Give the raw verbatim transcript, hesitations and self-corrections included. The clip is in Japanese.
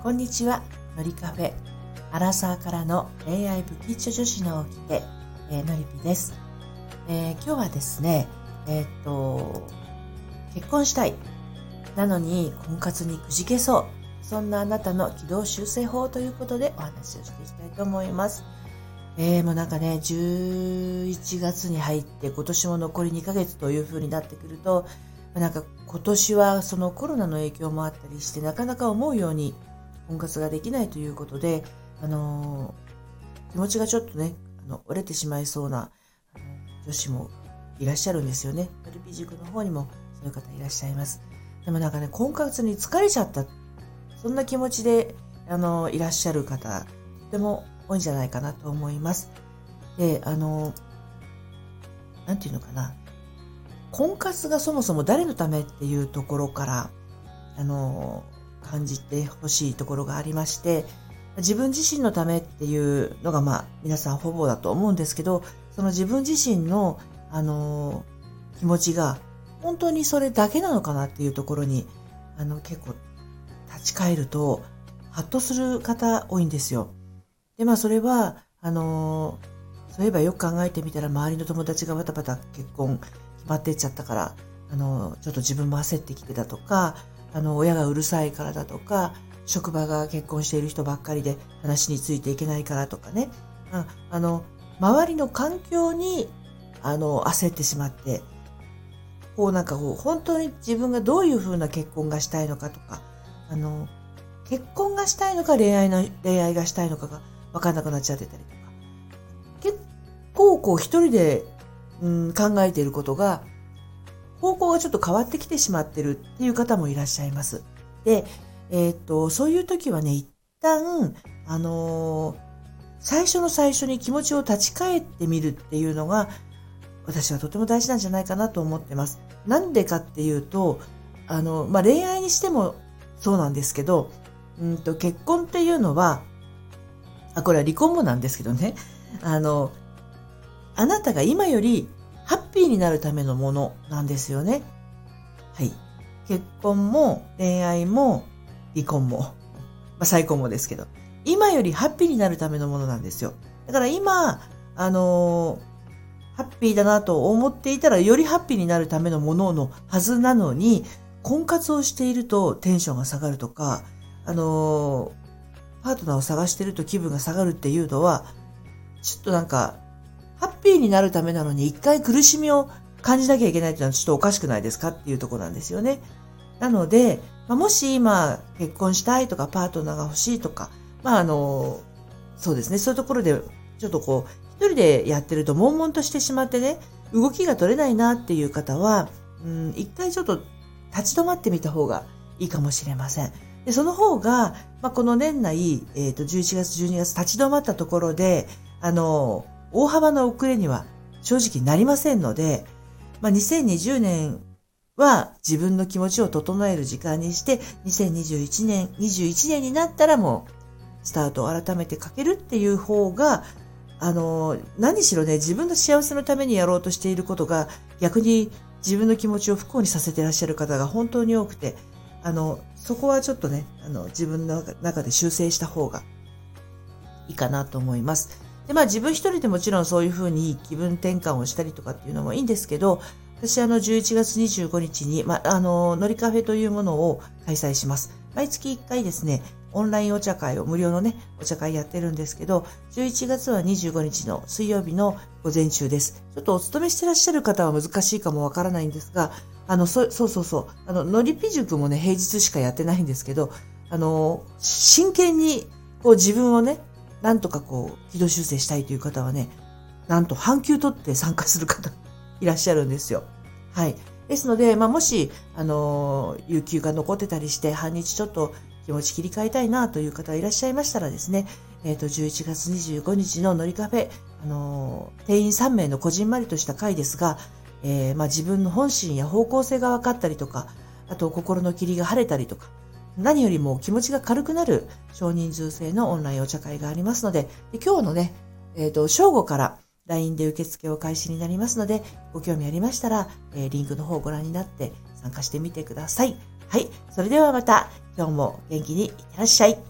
こんにちは、のりカフェ。アラサーからの恋愛不吉祥女子の掟、えー、のりぴです。えー、今日はですね、えー、っと、結婚したい。なのに婚活にくじけそう。そんなあなたの軌道修正法ということでお話をしていきたいと思います。えー、もうなんかね、じゅういちがつに入って今年も残りにかげつという風になってくると、なんか今年はそのコロナの影響もあったりして、なかなか思うように婚活ができないということで、あのー、気持ちがちょっとね、あの折れてしまいそうなあの女子もいらっしゃるんですよね。のりぴ塾の方にもそういう方いらっしゃいます。でもなんかね、婚活に疲れちゃった、そんな気持ちであのいらっしゃる方、とても多いんじゃないかなと思います。で、あの、なんていうのかな。婚活がそもそも誰のためっていうところから、あの、感じてほしいところがありまして、自分自身のためっていうのが、まあ、皆さんほぼだと思うんですけど、その自分自身の、あの、気持ちが、本当にそれだけなのかなっていうところに、あの、結構、立ち返ると、ハッとする方多いんですよ。で、まあ、それは、あのー、そういえばよく考えてみたら、周りの友達がバタバタ結婚決まってっちゃったから、あのー、ちょっと自分も焦ってきてたとか、あの、親がうるさいからだとか、職場が結婚している人ばっかりで話についていけないからとかね。あ、あの、周りの環境に、あの、焦ってしまって、こうなんかこう、本当に自分がどういうふうな結婚がしたいのかとか、あの、結婚がしたいのか恋愛の、恋愛がしたいのかが分かんなくなっちゃってたりとか。結構こう一人で、うん、考えていることが、方向がちょっと変わってきてしまってるっていう方もいらっしゃいます。で、えー、っと、そういう時はね、一旦、あのー、最初の最初に気持ちを立ち返ってみるっていうのが、私はとても大事なんじゃないかなと思ってます。なんでかっていうと、あの、まあ、恋愛にしてもそうなんですけど、うんと、結婚っていうのは、あ、これは離婚もなんですけどね。あの、あなたが今よりハッピーになるためのものなんですよね。はい。結婚も恋愛も離婚も、まあ、再婚もですけど、今よりハッピーになるためのものなんですよ。だから今、あのー、ハッピーだなと思っていたらよりハッピーになるためのもののはずなのに、婚活をしているとテンションが下がるとか、あのー、パートナーを探してると気分が下がるっていうのは、ちょっとなんか、ハッピーになるためなのに一回苦しみを感じなきゃいけないっていうのはちょっとおかしくないですかっていうところなんですよね。なので、まあ、もし今結婚したいとかパートナーが欲しいとか、まああの、そうですね、そういうところでちょっとこう、一人でやってると悶々としてしまってね、動きが取れないなっていう方は、うん、一回ちょっと立ち止まってみた方がいいかもしれません。で、その方が、まあ、この年内、えっと、じゅういちがつ、じゅうにがつ立ち止まったところで、あの、大幅な遅れには正直なりませんので、まあ、にせんにじゅうねんは自分の気持ちを整える時間にして、にせんにじゅういちねん、にじゅういちねんになったらもう、スタートを改めてかけるっていう方が、あの、何しろね、自分の幸せのためにやろうとしていることが、逆に自分の気持ちを不幸にさせていらっしゃる方が本当に多くて、あの、そこはちょっとね、あの、自分の中で修正した方がいいかなと思います。で、まあ自分一人でもちろんそういうふうに気分転換をしたりとかっていうのもいいんですけど、私あのじゅういちがつにじゅうごにちに、まあ、あの、のりカフェというものを開催します。毎月いっかいですね、オンラインお茶会を、無料のね、お茶会やってるんですけど、じゅういちがつはにじゅうごにちの水曜日の午前中です。ちょっとお勤めしてらっしゃる方は難しいかもわからないんですが、あの、そ、そうそうそう、あの、のりぴ塾もね、平日しかやってないんですけど、あの、真剣に、こう自分をね、なんとかこう、軌道修正したいという方はね、なんと半休取って参加する方いらっしゃるんですよ。はい。ですので、まあ、もし、あの、有給が残ってたりして、半日ちょっと気持ち切り替えたいなという方がいらっしゃいましたらですね、えっと、じゅういちがつにじゅうごにちののりカフェ、あの、定員さんめいのこじんまりとした会ですが、えー、まあ、自分の本心や方向性が分かったりとか、あと心の霧が晴れたりとか、何よりも気持ちが軽くなる少人数制のオンラインお茶会がありますので、で今日のね、えっと、正午から ライン で受付を開始になりますので、ご興味ありましたら、えー、リンクの方をご覧になって参加してみてください。はい。それではまた、今日も元気にいってらっしゃい。